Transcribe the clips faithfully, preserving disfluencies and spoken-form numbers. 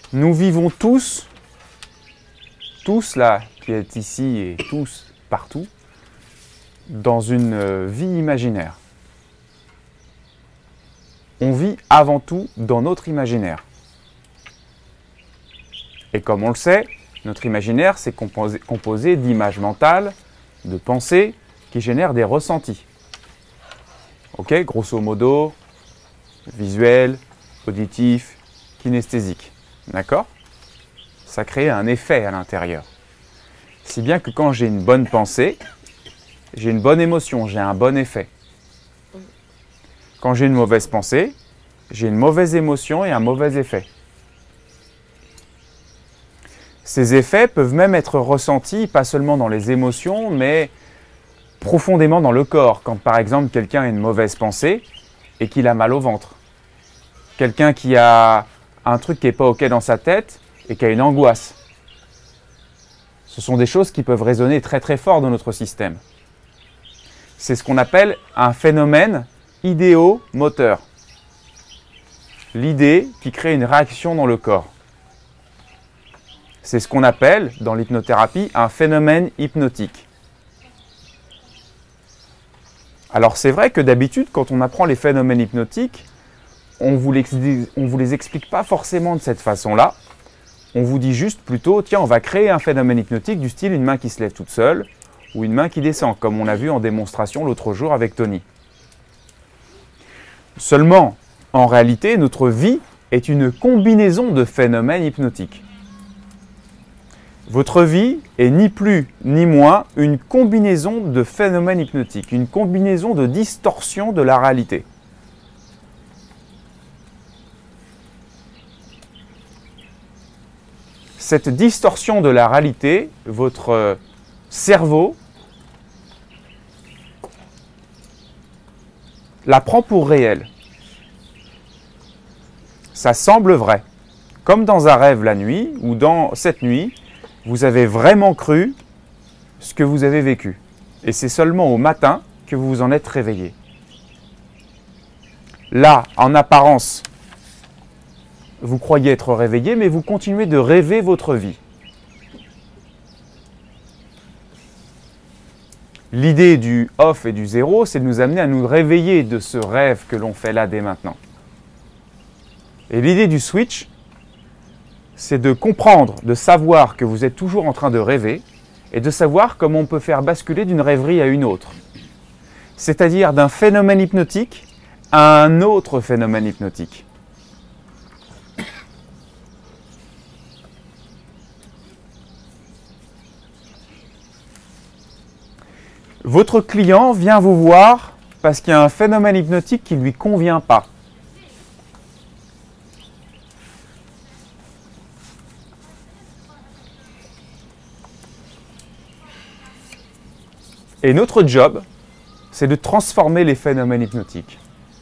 nous vivons tous, tous là, qui est ici et tous partout, dans une euh, vie imaginaire. On vit avant tout dans notre imaginaire. Et comme on le sait, notre imaginaire, c'est composé, composé d'images mentales, de pensées, qui génèrent des ressentis. Ok, grosso modo, visuel, auditif, kinesthésique. D'accord? Ça crée un effet à l'intérieur. Si bien que quand j'ai une bonne pensée, j'ai une bonne émotion, j'ai un bon effet. Quand j'ai une mauvaise pensée, j'ai une mauvaise émotion et un mauvais effet. Ces effets peuvent même être ressentis, pas seulement dans les émotions, mais profondément dans le corps. Quand par exemple quelqu'un a une mauvaise pensée et qu'il a mal au ventre. Quelqu'un qui a un truc qui n'est pas OK dans sa tête et qui a une angoisse. Ce sont des choses qui peuvent résonner très très fort dans notre système. C'est ce qu'on appelle un phénomène idéomoteur. L'idée qui crée une réaction dans le corps. C'est ce qu'on appelle, dans l'hypnothérapie, un phénomène hypnotique. Alors c'est vrai que d'habitude, quand on apprend les phénomènes hypnotiques, on ne vous, vous les explique pas forcément de cette façon-là. On vous dit juste plutôt, tiens, on va créer un phénomène hypnotique du style une main qui se lève toute seule ou une main qui descend, comme on l'a vu en démonstration l'autre jour avec Tony. Seulement, en réalité, notre vie est une combinaison de phénomènes hypnotiques. Votre vie est ni plus ni moins une combinaison de phénomènes hypnotiques, une combinaison de distorsions de la réalité. Cette distorsion de la réalité, votre cerveau la prend pour réelle. Ça semble vrai. Comme dans un rêve la nuit, ou dans cette nuit, vous avez vraiment cru ce que vous avez vécu. Et c'est seulement au matin que vous vous en êtes réveillé. Là, en apparence, vous croyez être réveillé, mais vous continuez de rêver votre vie. L'idée du off et du zéro, c'est de nous amener à nous réveiller de ce rêve que l'on fait là dès maintenant. Et l'idée du switch, c'est de comprendre, de savoir que vous êtes toujours en train de rêver et de savoir comment on peut faire basculer d'une rêverie à une autre. C'est-à-dire d'un phénomène hypnotique à un autre phénomène hypnotique. Votre client vient vous voir parce qu'il y a un phénomène hypnotique qui ne lui convient pas. Et notre job, c'est de transformer les phénomènes hypnotiques.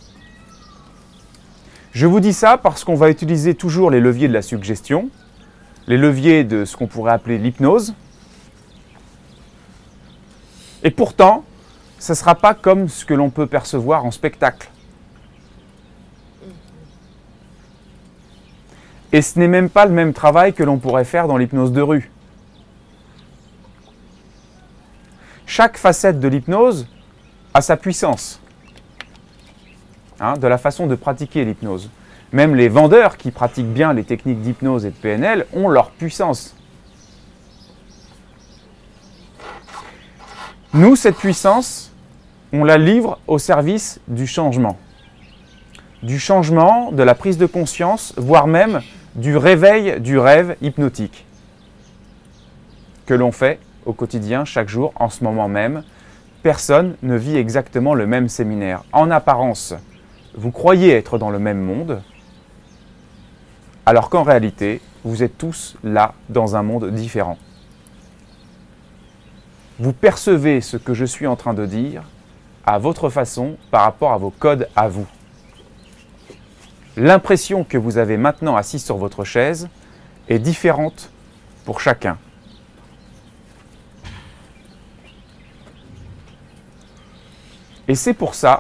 Je vous dis ça parce qu'on va utiliser toujours les leviers de la suggestion, les leviers de ce qu'on pourrait appeler l'hypnose. Et pourtant, ce ne sera pas comme ce que l'on peut percevoir en spectacle. Et ce n'est même pas le même travail que l'on pourrait faire dans l'hypnose de rue. Chaque facette de l'hypnose a sa puissance, hein, de la façon de pratiquer l'hypnose. Même les vendeurs qui pratiquent bien les techniques d'hypnose et de P N L ont leur puissance. Nous, cette puissance, on la livre au service du changement. Du changement, de la prise de conscience, voire même du réveil du rêve hypnotique que l'on fait au quotidien, chaque jour, en ce moment même. Personne ne vit exactement le même séminaire. En apparence, vous croyez être dans le même monde, alors qu'en réalité, vous êtes tous là, dans un monde différent. Vous percevez ce que je suis en train de dire à votre façon par rapport à vos codes à vous. L'impression que vous avez maintenant assis sur votre chaise est différente pour chacun. Et c'est pour ça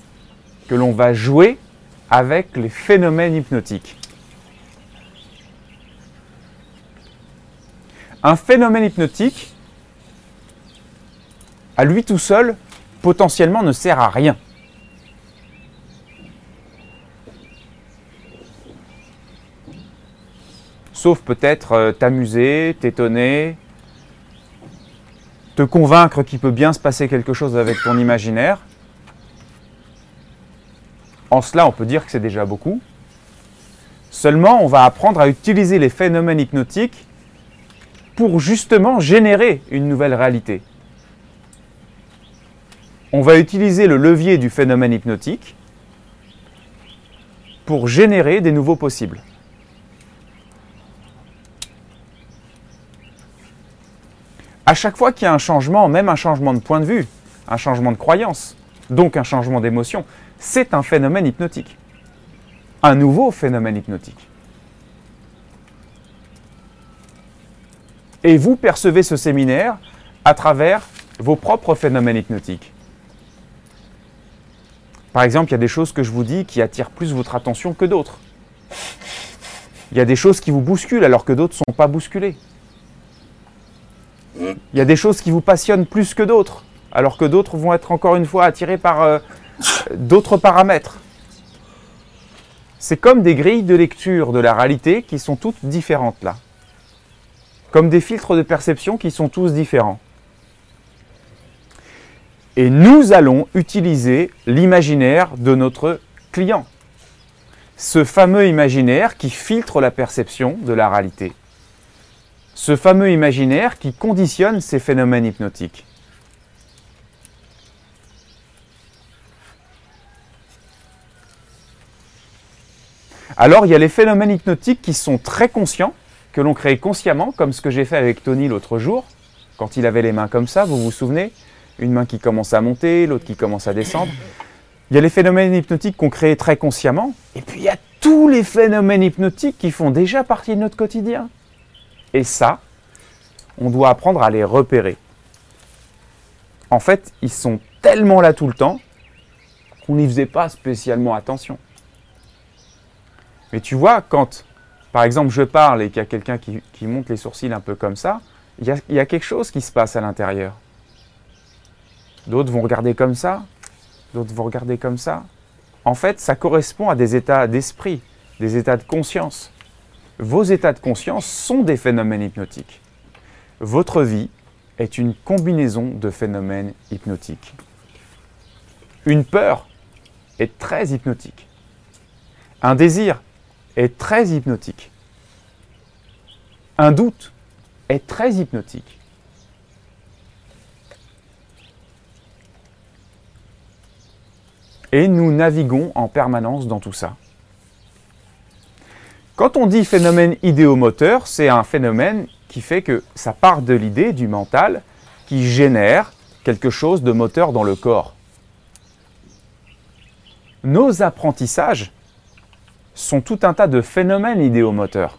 que l'on va jouer avec les phénomènes hypnotiques. Un phénomène hypnotique, à lui tout seul, potentiellement ne sert à rien. Sauf peut-être euh, t'amuser, t'étonner, te convaincre qu'il peut bien se passer quelque chose avec ton imaginaire. En cela, on peut dire que c'est déjà beaucoup. Seulement, on va apprendre à utiliser les phénomènes hypnotiques pour justement générer une nouvelle réalité. On va utiliser le levier du phénomène hypnotique pour générer des nouveaux possibles. À chaque fois qu'il y a un changement, même un changement de point de vue, un changement de croyance, donc un changement d'émotion, c'est un phénomène hypnotique. Un nouveau phénomène hypnotique. Et vous percevez ce séminaire à travers vos propres phénomènes hypnotiques. Par exemple, il y a des choses que je vous dis qui attirent plus votre attention que d'autres. Il y a des choses qui vous bousculent alors que d'autres ne sont pas bousculées. Il y a des choses qui vous passionnent plus que d'autres, alors que d'autres vont être encore une fois attirés par euh, d'autres paramètres. C'est comme des grilles de lecture de la réalité qui sont toutes différentes là. Comme des filtres de perception qui sont tous différents. Et nous allons utiliser l'imaginaire de notre client. Ce fameux imaginaire qui filtre la perception de la réalité. Ce fameux imaginaire qui conditionne ces phénomènes hypnotiques. Alors, il y a les phénomènes hypnotiques qui sont très conscients, que l'on crée consciemment, comme ce que j'ai fait avec Tony l'autre jour, quand il avait les mains comme ça, vous vous souvenez? Une main qui commence à monter, l'autre qui commence à descendre. Il y a les phénomènes hypnotiques qu'on crée très consciemment, et puis il y a tous les phénomènes hypnotiques qui font déjà partie de notre quotidien. Et ça, on doit apprendre à les repérer. En fait, ils sont tellement là tout le temps qu'on n'y faisait pas spécialement attention. Mais tu vois, quand, par exemple, je parle et qu'il y a quelqu'un qui, qui monte les sourcils un peu comme ça, il y a, il y a quelque chose qui se passe à l'intérieur. D'autres vont regarder comme ça, d'autres vont regarder comme ça. En fait, ça correspond à des états d'esprit, des états de conscience. Vos états de conscience sont des phénomènes hypnotiques. Votre vie est une combinaison de phénomènes hypnotiques. Une peur est très hypnotique. Un désir est très hypnotique. Un doute est très hypnotique. Et nous naviguons en permanence dans tout ça. Quand on dit phénomène idéomoteur, c'est un phénomène qui fait que ça part de l'idée, du mental, qui génère quelque chose de moteur dans le corps. Nos apprentissages sont tout un tas de phénomènes idéomoteurs.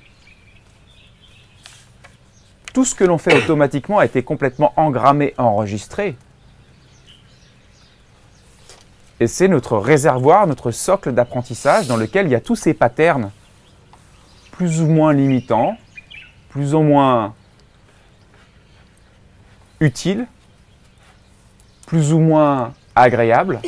Tout ce que l'on fait automatiquement a été complètement engrammé, enregistré. Et c'est notre réservoir, notre socle d'apprentissage dans lequel il y a tous ces patterns plus ou moins limitants, plus ou moins utiles, plus ou moins agréables.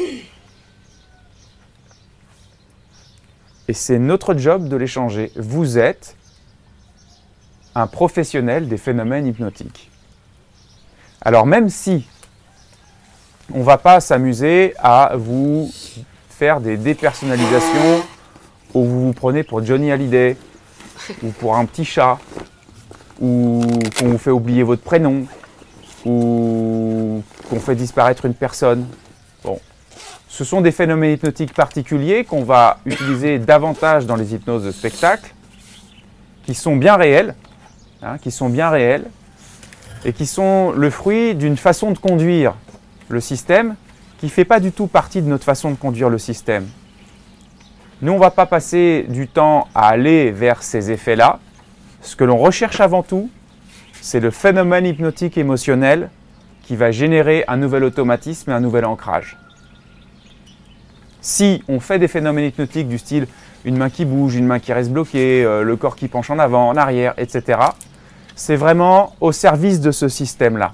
Et c'est notre job de les changer. Vous êtes un professionnel des phénomènes hypnotiques. Alors même si on ne va pas s'amuser à vous faire des dépersonnalisations où vous vous prenez pour Johnny Hallyday, ou pour un petit chat, ou qu'on vous fait oublier votre prénom, ou qu'on fait disparaître une personne. Bon. Ce sont des phénomènes hypnotiques particuliers qu'on va utiliser davantage dans les hypnoses de spectacle, qui sont bien réels, hein, qui sont bien réels, et qui sont le fruit d'une façon de conduire le système qui ne fait pas du tout partie de notre façon de conduire le système. Nous, on ne va pas passer du temps à aller vers ces effets-là. Ce que l'on recherche avant tout, c'est le phénomène hypnotique émotionnel qui va générer un nouvel automatisme et un nouvel ancrage. Si on fait des phénomènes hypnotiques du style une main qui bouge, une main qui reste bloquée, euh, le corps qui penche en avant, en arrière, et cetera, c'est vraiment au service de ce système-là.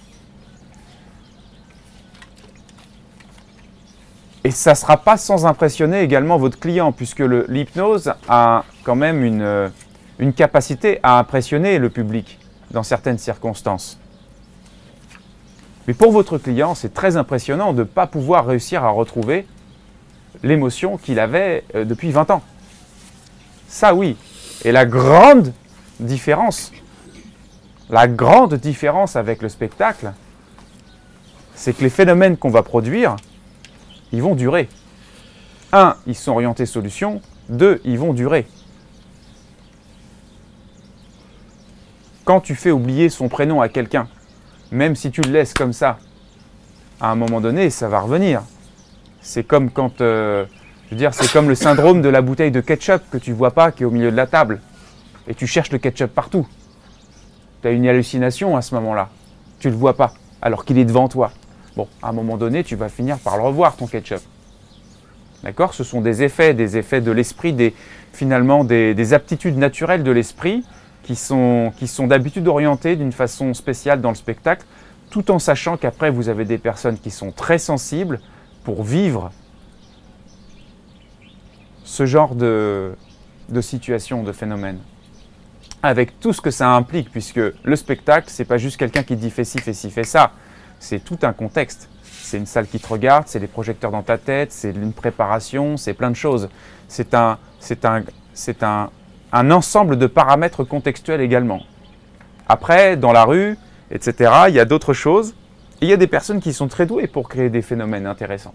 Et ça ne sera pas sans impressionner également votre client, puisque l'hypnose a quand même une, une capacité à impressionner le public dans certaines circonstances. Mais pour votre client, c'est très impressionnant de ne pas pouvoir réussir à retrouver l'émotion qu'il avait depuis vingt ans. Ça, oui. Et la grande différence, la grande différence avec le spectacle, c'est que les phénomènes qu'on va produire, ils vont durer. Un, ils sont orientés solution. Deux, ils vont durer. Quand tu fais oublier son prénom à quelqu'un, même si tu le laisses comme ça, à un moment donné, ça va revenir. C'est comme quand, euh, je veux dire, c'est comme le syndrome de la bouteille de ketchup que tu ne vois pas, qui est au milieu de la table. Et tu cherches le ketchup partout. Tu as une hallucination à ce moment-là. Tu ne le vois pas, alors qu'il est devant toi. Bon, à un moment donné, tu vas finir par le revoir, ton ketchup. D'accord? Ce sont des effets, des effets de l'esprit, des, finalement des, des aptitudes naturelles de l'esprit qui sont, qui sont d'habitude orientées d'une façon spéciale dans le spectacle, tout en sachant qu'après, vous avez des personnes qui sont très sensibles pour vivre ce genre de, de situation, de phénomène. Avec tout ce que ça implique, puisque le spectacle, ce n'est pas juste quelqu'un qui dit « fais ci, fais ci, fais ça ». C'est tout un contexte. C'est une salle qui te regarde, c'est des projecteurs dans ta tête, c'est une préparation, c'est plein de choses. C'est un, c'est un, c'est un, un ensemble de paramètres contextuels également. Après, dans la rue, et cetera, il y a d'autres choses. Et il y a des personnes qui sont très douées pour créer des phénomènes intéressants.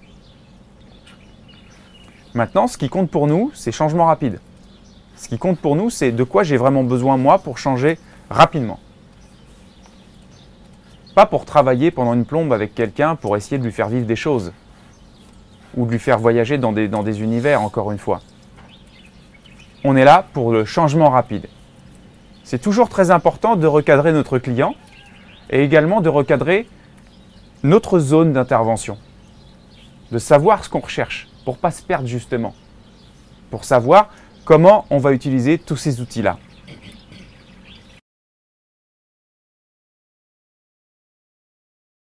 Maintenant, ce qui compte pour nous, c'est changement rapide. Ce qui compte pour nous, c'est de quoi j'ai vraiment besoin, moi, pour changer rapidement. Pas pour travailler pendant une plombe avec quelqu'un pour essayer de lui faire vivre des choses. Ou de lui faire voyager dans des, dans des univers, encore une fois. On est là pour le changement rapide. C'est toujours très important de recadrer notre client et également de recadrer notre zone d'intervention. De savoir ce qu'on recherche pour ne pas se perdre justement. Pour savoir comment on va utiliser tous ces outils-là.